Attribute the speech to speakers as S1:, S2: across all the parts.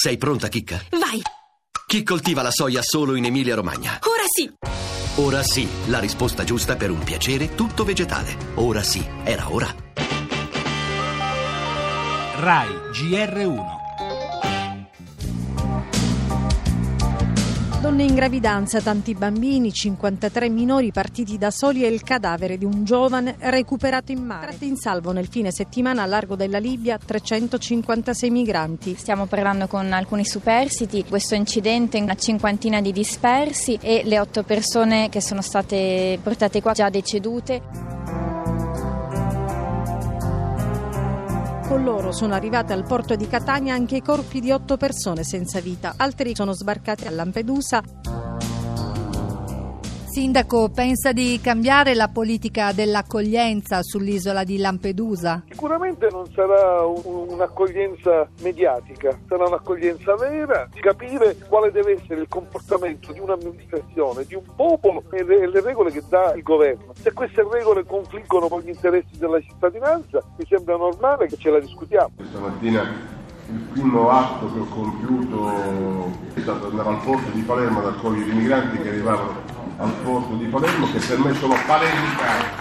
S1: Sei pronta, Chicca?
S2: Vai!
S1: Chi coltiva la soia solo in Emilia-Romagna?
S2: Ora sì!
S1: Ora sì, la risposta giusta per un piacere tutto vegetale. Ora sì, era ora.
S3: Rai GR1.
S4: Donne in gravidanza, tanti bambini, 53 minori partiti da soli e il cadavere di un giovane recuperato in mare. Tratti in salvo nel fine settimana a largo della Libia 356 migranti.
S5: Stiamo parlando con alcuni superstiti, questo incidente, una cinquantina di dispersi e le 8 persone che sono state portate qua già decedute.
S4: Con loro sono arrivate al porto di Catania anche i corpi di 8 persone senza vita. Altri sono sbarcati a Lampedusa.
S6: Sindaco, pensa di cambiare la politica dell'accoglienza sull'isola di Lampedusa?
S7: Sicuramente non sarà un'accoglienza mediatica, sarà un'accoglienza vera, di capire quale deve essere il comportamento di un'amministrazione, di un popolo e le regole che dà il governo. Se queste regole confliggono con gli interessi della cittadinanza, mi sembra normale che ce la discutiamo.
S8: Questa mattina il primo atto che ho compiuto è stato andare al porto di Palermo ad accogliere i migranti che arrivavano al porto di Palermo, che per me sono palermitani.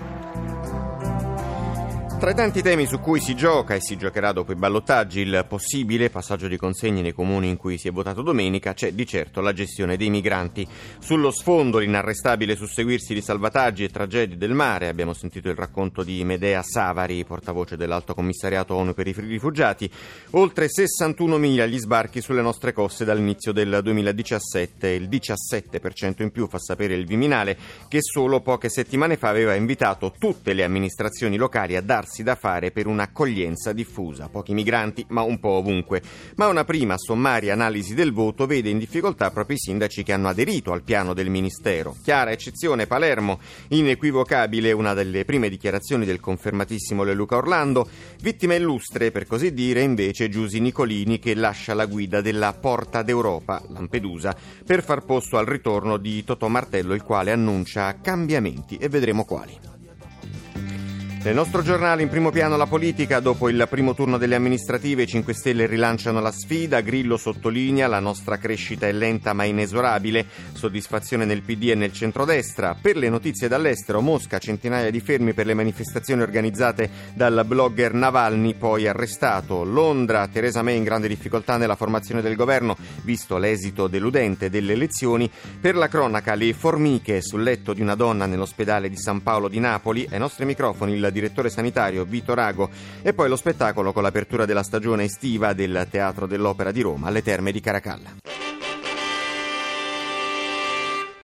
S9: Tra i tanti temi su cui si gioca e si giocherà dopo i ballottaggi il possibile passaggio di consegne nei comuni in cui si è votato domenica, c'è di certo la gestione dei migranti. Sullo sfondo l'inarrestabile susseguirsi di salvataggi e tragedie del mare. Abbiamo sentito il racconto di Medea Savari, portavoce dell'Alto Commissariato ONU per i rifugiati. Oltre 61.000 gli sbarchi sulle nostre coste dall'inizio del 2017, il 17% in più fa sapere il Viminale, che solo poche settimane fa aveva invitato tutte le amministrazioni locali a darsi da fare per un'accoglienza diffusa. Pochi migranti, ma un po' ovunque. Ma una prima sommaria analisi del voto vede in difficoltà proprio i sindaci che hanno aderito al piano del Ministero. Chiara eccezione Palermo, inequivocabile una delle prime dichiarazioni del confermatissimo Leluca Orlando. Vittima illustre, per così dire, invece Giusy Nicolini, che lascia la guida della Porta d'Europa, Lampedusa, per far posto al ritorno di Totò Martello, il quale annuncia cambiamenti e vedremo quali. Nel nostro giornale in primo piano la politica. Dopo il primo turno delle amministrative i 5 Stelle rilanciano la sfida. Grillo sottolinea: la nostra crescita è lenta ma inesorabile. Soddisfazione nel PD e nel centrodestra. Per le notizie dall'estero, Mosca, centinaia di fermi per le manifestazioni organizzate dal blogger Navalny, poi arrestato. Londra, Theresa May in grande difficoltà nella formazione del governo, visto l'esito deludente delle elezioni. Per la cronaca, le formiche sul letto di una donna nell'ospedale di San Paolo di Napoli. Ai nostri microfoni il direttore sanitario Vito Rago, e poi lo spettacolo con l'apertura della stagione estiva del Teatro dell'Opera di Roma alle Terme di Caracalla.